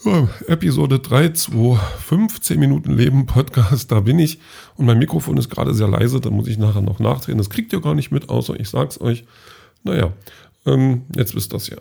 So, Episode 325, 10 Minuten Leben, Podcast, da bin ich. Und mein Mikrofon ist gerade sehr leise, da muss ich nachher noch nachdrehen. Das kriegt ihr gar nicht mit, außer ich sag's euch. Naja, jetzt wisst das ja.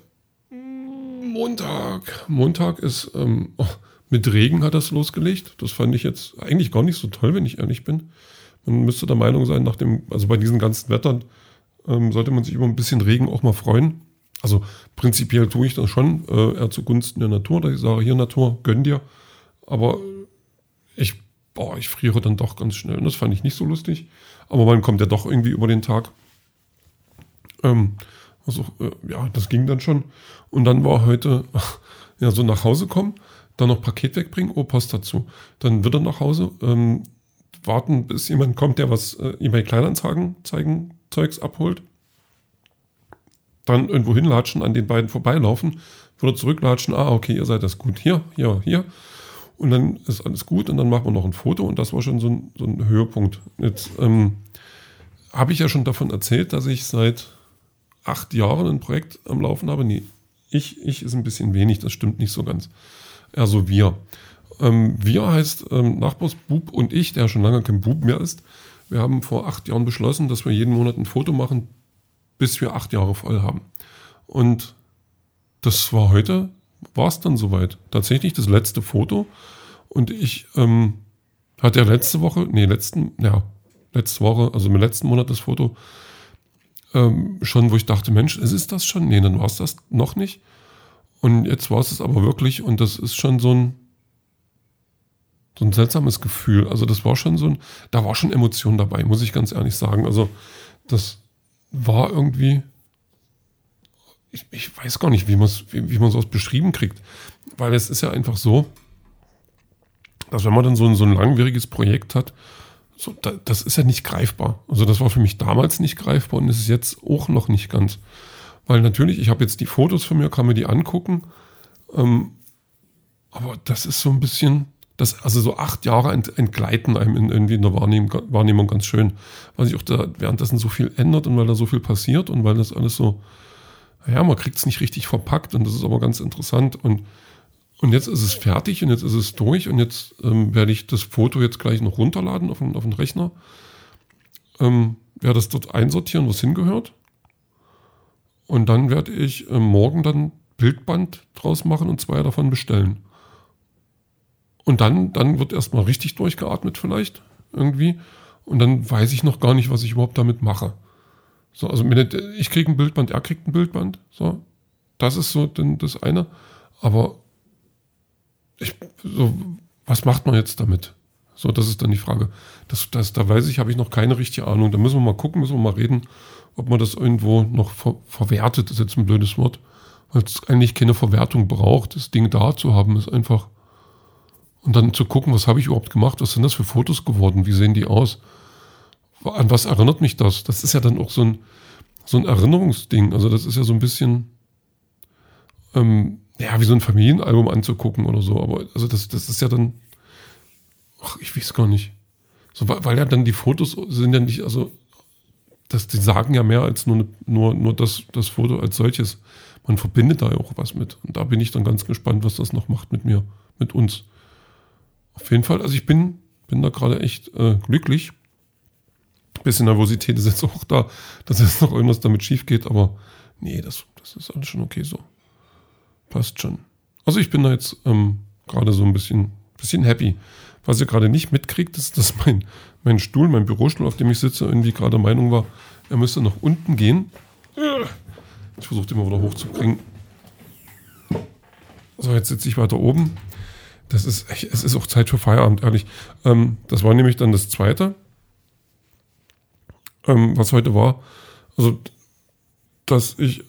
Montag ist, mit Regen hat das losgelegt. Das fand ich jetzt eigentlich gar nicht so toll, wenn ich ehrlich bin. Man müsste der Meinung sein, also bei diesen ganzen Wettern sollte man sich über ein bisschen Regen auch mal freuen. Also prinzipiell tue ich das schon, eher zugunsten der Natur, dass ich sage, hier Natur, gönn dir. Aber ich friere dann doch ganz schnell. Und das fand ich nicht so lustig. Aber man kommt ja doch irgendwie über den Tag. Das ging dann schon. Und dann war heute, so nach Hause kommen, dann noch Paket wegbringen, Post dazu. Dann wieder nach Hause, warten, bis jemand kommt, der was eBay Kleinanzeigen Zeugs abholt. Dann irgendwo hinlatschen, an den beiden vorbeilaufen, wieder zurücklatschen, okay, ihr seid das gut, hier. Und dann ist alles gut und dann machen wir noch ein Foto und das war schon so ein Höhepunkt. Jetzt habe ich ja schon davon erzählt, dass ich seit 8 Jahren ein Projekt am Laufen habe. Nee, ich ist ein bisschen wenig, das stimmt nicht so ganz. Also wir. Wir heißt Nachbarsbub und ich, der schon lange kein Bub mehr ist. Wir haben vor 8 Jahren beschlossen, dass wir jeden Monat ein Foto machen, bis wir 8 Jahre voll haben. Und das war heute, war es dann soweit. Tatsächlich das letzte Foto. Und ich hatte ja letzte Woche, also im letzten Monat das Foto schon, wo ich dachte, Mensch, ist es das schon? Nee, dann war es das noch nicht. Und jetzt war es aber wirklich und das ist schon so ein seltsames Gefühl. Also das war schon da war schon Emotion dabei, muss ich ganz ehrlich sagen. Also das war irgendwie, ich weiß gar nicht, wie man sowas beschrieben kriegt. Weil es ist ja einfach so, dass wenn man dann so ein langwieriges Projekt hat, das ist ja nicht greifbar. Also das war für mich damals nicht greifbar und ist es jetzt auch noch nicht ganz. Weil natürlich, ich habe jetzt die Fotos von mir, kann mir die angucken, aber das ist so ein bisschen, also so 8 Jahre entgleiten einem irgendwie in der Wahrnehmung ganz schön, weil sich auch da währenddessen so viel ändert und weil da so viel passiert und weil das alles so, man kriegt es nicht richtig verpackt und das ist aber ganz interessant und jetzt ist es fertig und jetzt ist es durch und jetzt werde ich das Foto jetzt gleich noch runterladen auf den Rechner, werde das dort einsortieren, was hingehört und dann werde ich morgen dann Bildband draus machen und 2 davon bestellen. Und dann wird erstmal richtig durchgeatmet vielleicht irgendwie. Und dann weiß ich noch gar nicht, was ich überhaupt damit mache. So, also ich kriege ein Bildband, er kriegt ein Bildband. So, das ist so das eine. Aber was macht man jetzt damit? So, das ist dann die Frage. Da weiß ich, habe ich noch keine richtige Ahnung. Da müssen wir mal gucken, müssen wir mal reden, ob man das irgendwo noch verwertet. Das ist jetzt ein blödes Wort. Weil es eigentlich keine Verwertung braucht. Das Ding da zu haben, ist einfach. Und dann zu gucken, was habe ich überhaupt gemacht? Was sind das für Fotos geworden? Wie sehen die aus? An was erinnert mich das? Das ist ja dann auch so ein Erinnerungsding. Also das ist ja so ein bisschen, wie so ein Familienalbum anzugucken oder so. Aber also das ist ja dann, ich weiß gar nicht. So, weil ja dann die Fotos sind ja nicht, also die sagen ja mehr als nur das Foto als solches. Man verbindet da ja auch was mit. Und da bin ich dann ganz gespannt, was das noch macht mit mir, mit uns. Auf jeden Fall, also ich bin da gerade echt glücklich. Ein bisschen Nervosität ist jetzt auch da, dass jetzt noch irgendwas damit schief geht, aber nee, das ist alles schon okay so. Passt schon. Also ich bin da jetzt gerade so ein bisschen happy. Was ihr gerade nicht mitkriegt, ist, dass mein Stuhl, mein Bürostuhl, auf dem ich sitze, irgendwie gerade der Meinung war, er müsste nach unten gehen. Ich versuche den mal wieder hochzukriegen. So, jetzt sitze ich weiter oben. Es ist auch Zeit für Feierabend, ehrlich. Das war nämlich dann das Zweite, was heute war. Also, dass ich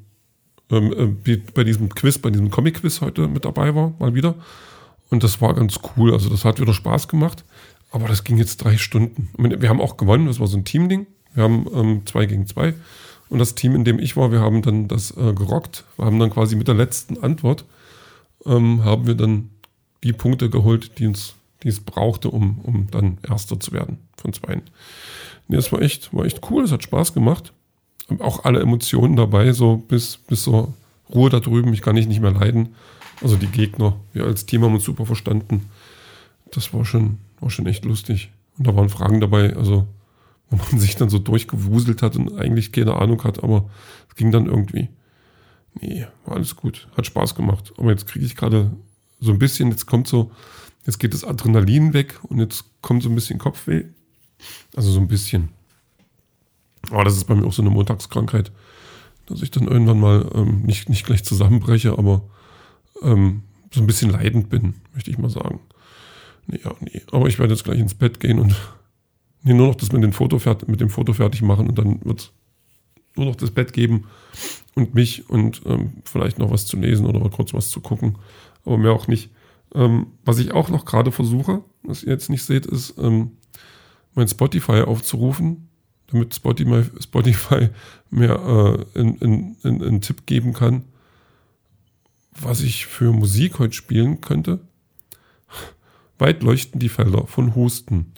bei diesem Quiz, bei diesem Comic-Quiz heute mit dabei war, mal wieder. Und das war ganz cool. Also, das hat wieder Spaß gemacht. Aber das ging jetzt 3 Stunden. Wir haben auch gewonnen. Das war so ein Teamding. Wir haben 2 gegen 2. Und das Team, in dem ich war, wir haben dann das gerockt. Wir haben dann quasi mit der letzten Antwort haben wir dann die Punkte geholt, die es brauchte, um dann Erster zu werden von 2. Nee, das war echt cool, es hat Spaß gemacht. Auch alle Emotionen dabei, so bis zur Ruhe da drüben, ich kann nicht mehr leiden. Also die Gegner. Wir als Team haben uns super verstanden. Das war schon echt lustig. Und da waren Fragen dabei, also wo man sich dann so durchgewuselt hat und eigentlich keine Ahnung hat, aber es ging dann irgendwie. Nee, war alles gut. Hat Spaß gemacht. Aber jetzt kriege ich gerade so ein bisschen, jetzt geht das Adrenalin weg und jetzt kommt so ein bisschen Kopfweh. Also so ein bisschen. Aber das ist bei mir auch so eine Montagskrankheit, dass ich dann irgendwann mal nicht gleich zusammenbreche, aber so ein bisschen leidend bin, möchte ich mal sagen. Nee. Aber ich werde jetzt gleich ins Bett gehen und nur noch das mit dem Foto fertig machen und dann wird es nur noch das Bett geben und mich und vielleicht noch was zu lesen oder mal kurz was zu gucken, aber mehr auch nicht. Was ich auch noch gerade versuche, was ihr jetzt nicht seht, ist mein Spotify aufzurufen, damit Spotify mir einen Tipp geben kann, was ich für Musik heute spielen könnte. Weit leuchten die Felder von Husten.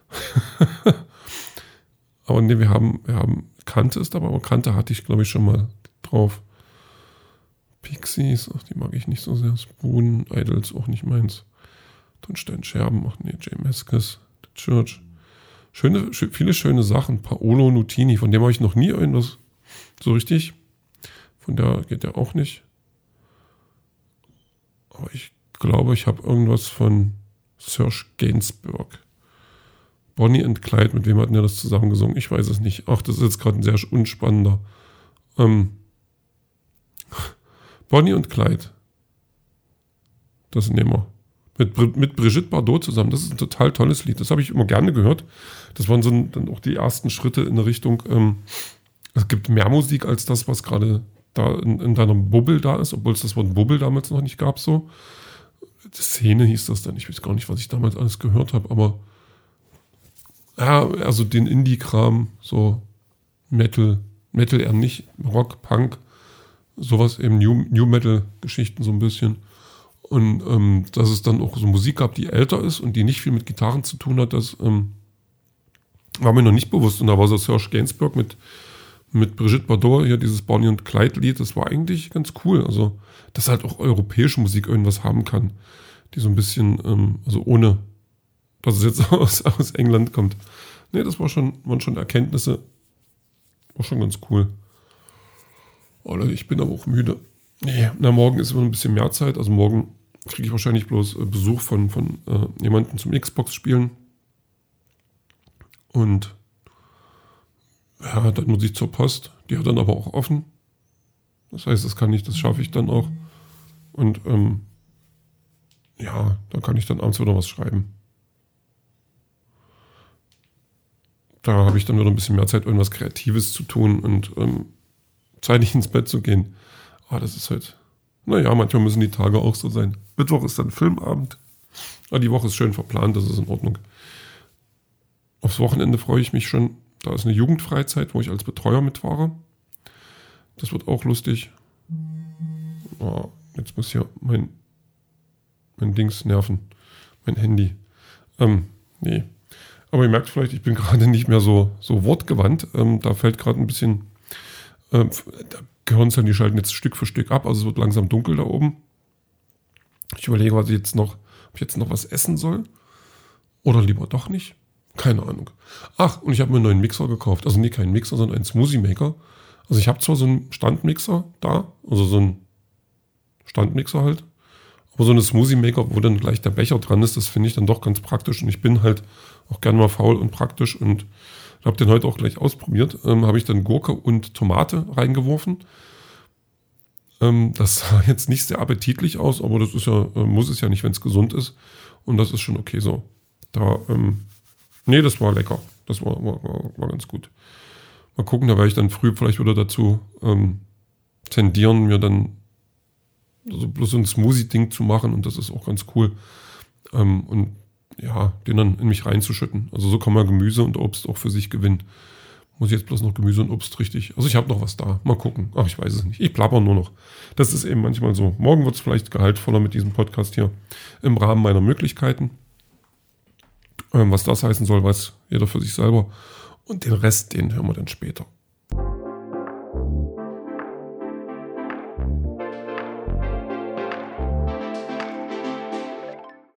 Aber nee, wir haben Kante ist dabei, aber Kante hatte ich, glaube ich, schon mal drauf. Pixies, ach, die mag ich nicht so sehr. Spoon, Idols, auch nicht meins. Tonstein Scherben, ach nee, Jay Mascis, The Church. Viele schöne Sachen. Paolo Nutini, von dem habe ich noch nie irgendwas so richtig. Von der geht der auch nicht. Aber ich glaube, ich habe irgendwas von Serge Gainsbourg. Bonnie and Clyde, mit wem hatten wir das zusammen gesungen? Ich weiß es nicht. Ach, das ist jetzt gerade ein sehr unspannender. Bonnie und Clyde. Das nehmen wir. Mit Brigitte Bardot zusammen. Das ist ein total tolles Lied. Das habe ich immer gerne gehört. Das waren dann auch die ersten Schritte in der Richtung, es gibt mehr Musik als das, was gerade da in deiner Bubble da ist, obwohl es das Wort Bubble damals noch nicht gab. So. Szene hieß das dann. Ich weiß gar nicht, was ich damals alles gehört habe, aber ja, also den Indie-Kram, so Metal eher nicht, Rock, Punk, sowas eben New Metal-Geschichten so ein bisschen. Und dass es dann auch so Musik gab, die älter ist und die nicht viel mit Gitarren zu tun hat, das war mir noch nicht bewusst. Und da war so Serge Gainsbourg mit Brigitte Bardot, hier dieses Bonnie und Clyde-Lied, das war eigentlich ganz cool. Also, dass halt auch europäische Musik irgendwas haben kann, die so ein bisschen, also ohne dass es jetzt aus England kommt. Nee, das waren schon Erkenntnisse. War schon ganz cool. Oder ich bin aber auch müde. Nee, morgen ist immer ein bisschen mehr Zeit. Also morgen kriege ich wahrscheinlich bloß Besuch von jemandem zum Xbox-Spielen. Und ja, dann muss ich zur Post. Die hat dann aber auch offen. Das heißt, das schaffe ich dann auch. Und ja, dann kann ich dann abends wieder was schreiben. Da habe ich dann wieder ein bisschen mehr Zeit, irgendwas Kreatives zu tun und zeitig ins Bett zu gehen. Aber das ist halt, naja, manchmal müssen die Tage auch so sein. Mittwoch ist dann Filmabend. Aber die Woche ist schön verplant, das ist in Ordnung. Aufs Wochenende freue ich mich schon. Da ist eine Jugendfreizeit, wo ich als Betreuer mitfahre. Das wird auch lustig. Oh, jetzt muss hier mein Dings nerven. Mein Handy. Nee. Aber ihr merkt vielleicht, ich bin gerade nicht mehr so wortgewandt. Da fällt gerade ein bisschen, da gehören es dann, die schalten jetzt Stück für Stück ab. Also es wird langsam dunkel da oben. Ich überlege, ob ich jetzt noch was essen soll. Oder lieber doch nicht. Keine Ahnung. Ach, und ich habe mir einen neuen Mixer gekauft. Also nee, keinen Mixer, sondern einen Smoothie Maker. Also ich habe zwar so einen Standmixer da, also so einen Standmixer halt. Aber so eine Smoothie Maker, wo dann gleich der Becher dran ist, das finde ich dann doch ganz praktisch. Und ich bin halt auch gerne mal faul und praktisch und habe den heute auch gleich ausprobiert. Habe ich dann Gurke und Tomate reingeworfen. Das sah jetzt nicht sehr appetitlich aus, aber das ist ja, muss es ja nicht, wenn es gesund ist. Und das ist schon okay so. Nee, das war lecker. Das war ganz gut. Mal gucken, da werde ich dann früh vielleicht wieder dazu tendieren, mir dann also bloß so ein Smoothie-Ding zu machen und das ist auch ganz cool. Und ja, den dann in mich reinzuschütten. Also so kann man Gemüse und Obst auch für sich gewinnen. Muss ich jetzt bloß noch Gemüse und Obst richtig. Also ich habe noch was da. Mal gucken. Ach, ich weiß es nicht. Ich plapper nur noch. Das ist eben manchmal so. Morgen wird es vielleicht gehaltvoller mit diesem Podcast hier im Rahmen meiner Möglichkeiten. Was das heißen soll, weiß jeder für sich selber. Und den Rest, den hören wir dann später.